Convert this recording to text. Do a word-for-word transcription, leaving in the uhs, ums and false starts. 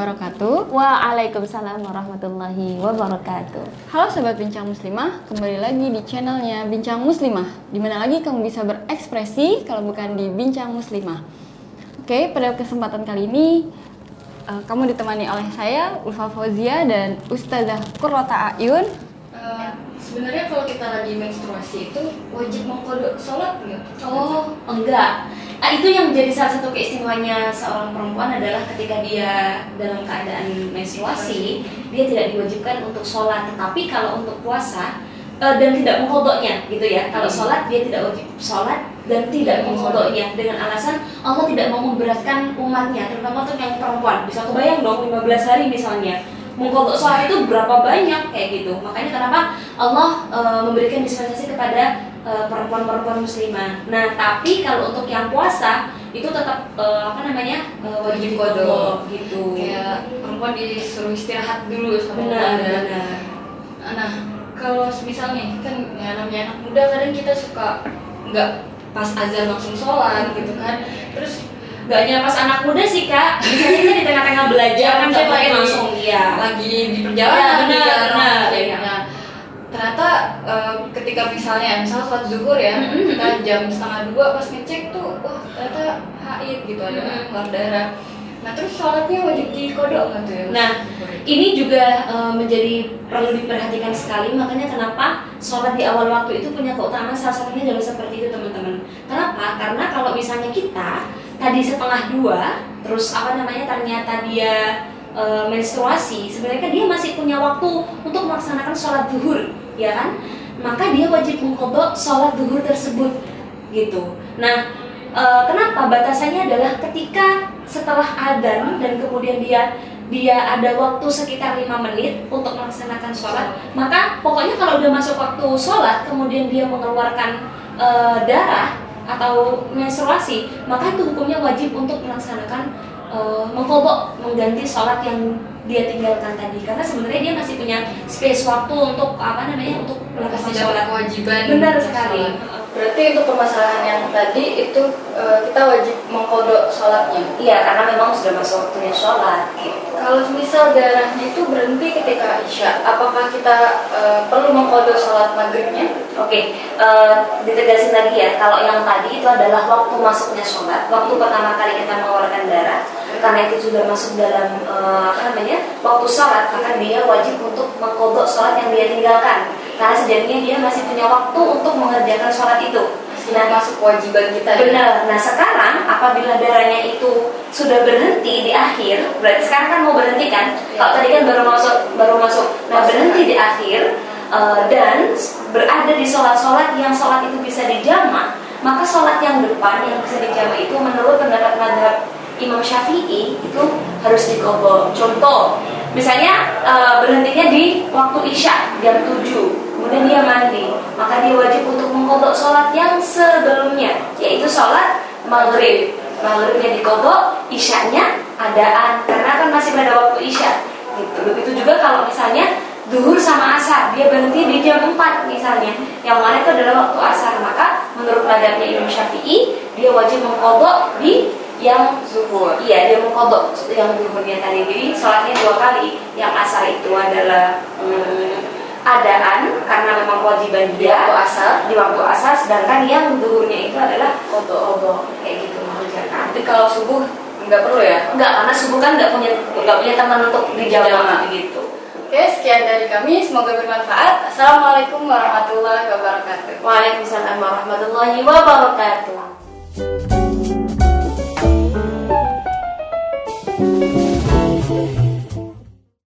wabarakatuh. Waalaikumsalam warahmatullahi wabarakatuh. Halo Sobat Bincang Muslimah, kembali lagi di channelnya Bincang Muslimah. Dimana lagi kamu bisa berekspresi kalau bukan di Bincang Muslimah. Oke, pada kesempatan kali ini uh, kamu ditemani oleh saya, Ulfa Fauzia dan Ustazah Qurrata Ayun. Uh, sebenarnya kalau kita lagi menstruasi itu wajib mengkodok sholat nggak? Oh, enggak. Nah, itu yang menjadi salah satu keistimewaannya seorang perempuan adalah ketika dia dalam keadaan menstruasi, dia tidak diwajibkan untuk sholat. Tetapi kalau untuk puasa uh, dan tidak mengkodoknya, gitu ya. Kalau sholat dia tidak wajib sholat dan tidak mengkodoknya dengan alasan Allah tidak mau memberatkan umatnya, terutama untuk yang perempuan. Bisa kebayang dong lima belas hari misalnya. Mengkodok sholat itu berapa banyak kayak gitu. Makanya kenapa Allah e, memberikan dispensasi kepada e, perempuan-perempuan muslimah. Nah, tapi kalau untuk yang puasa itu tetap e, apa namanya e, wajib kodok gitu. Kayak perempuan disuruh istirahat dulu sama benar, Allah. benar. Nah, kalau misalnya kan ya namanya anak muda kadang kita suka nggak pas azan langsung sholat gitu kan. Terus Gak hanya pas anak muda sih kak, misalnya kita di tengah-tengah belajar kan saya lagi lagi langsung ya. lagi di perjalanan Ya, benar, ya, benar, ya. ya. Nah, ternyata uh, ketika misalnya misalnya sholat zuhur ya, Mm-hmm. kita jam setengah dua pas ngecek tuh, wah ternyata haid gitu, ada Mm-hmm. keluar darah. Nah terus sholatnya wajib dikodok nggak tuh ya? Nah, ini juga e, menjadi perlu diperhatikan sekali. Makanya kenapa sholat di awal waktu itu punya keutamaan, salah satunya adalah seperti itu teman-teman. Kenapa? Karena kalau misalnya kita tadi setengah dua, terus apa namanya ternyata dia e, menstruasi, sebenarnya dia masih punya waktu untuk melaksanakan sholat zuhur, ya kan? Maka dia wajib mengqadha sholat zuhur tersebut, gitu. Nah, e, kenapa batasannya adalah ketika setelah adzan dan kemudian dia dia ada waktu sekitar lima menit untuk melaksanakan sholat, maka pokoknya kalau udah masuk waktu sholat kemudian dia mengeluarkan e, darah atau menstruasi, maka itu hukumnya wajib untuk melaksanakan e, mengqadha, mengganti sholat yang dia tinggalkan tadi, karena sebenarnya dia masih punya space waktu untuk apa namanya untuk melakukan masih sholat. dapat kewajiban. Benar sekali. Berarti untuk permasalahan yang tadi itu uh, kita wajib mengkodok sholatnya. Iya, karena memang sudah masuk waktunya sholat. Gitu. Kalau misal darahnya itu berhenti ketika isya, apakah kita uh, perlu mengkodok sholat maghribnya? Oke, uh, ditegasin lagi ya. Kalau yang tadi itu adalah waktu masuknya sholat, waktu pertama kali kita mengeluarkan darah, karena itu sudah masuk dalam uh, apa namanya waktu sholat, maka dia wajib untuk mengkodok sholat yang dia tinggalkan. Karena sejatinya dia masih punya waktu untuk mengerjakan sholat itu. Nah, masuk kewajiban kita. Benar. Nah sekarang apabila darahnya itu sudah berhenti di akhir, berarti sekarang kan mau berhenti kan? Ya. Kalau tadi kan baru masuk, baru masuk. Nah berhenti di akhir uh, dan berada di sholat-sholat yang sholat itu bisa dijamak, maka sholat yang depan yang bisa dijamak itu menurut pendapat mazhab Imam Syafi'i itu harus diqadha. Contoh, misalnya uh, berhentinya di waktu isya jam tujuh, kemudian dia mandi, maka dia wajib untuk mengqadha sholat yang sebelumnya, yaitu sholat maghrib. Maghribnya diqadha, isyanya adaan, karena kan masih pada waktu isya. Gitu. Begitu juga kalau misalnya zuhur sama asar, dia berhenti di jam empat misalnya, yang mana itu adalah waktu asar, maka menurut mazhabnya Imam Syafi'i dia wajib mengqadha di yang zuhur. Iya, dia mengqadha yang zuhurnya tadi. Jadi sholatnya dua kali. Yang asar itu adalah hmm, adaan karena memang kewajiban dia di waktu asar, di waktu asar, sedangkan yang zuhurnya itu adalah qadha. Kayak gitu mengerjakan. Nanti kalau subuh nggak perlu ya? Enggak, karena subuh kan nggak punya nggak punya teman untuk dijamak gitu. Oke, sekian dari kami. Semoga bermanfaat. Assalamualaikum warahmatullahi wabarakatuh. Waalaikumsalam warahmatullahi wabarakatuh.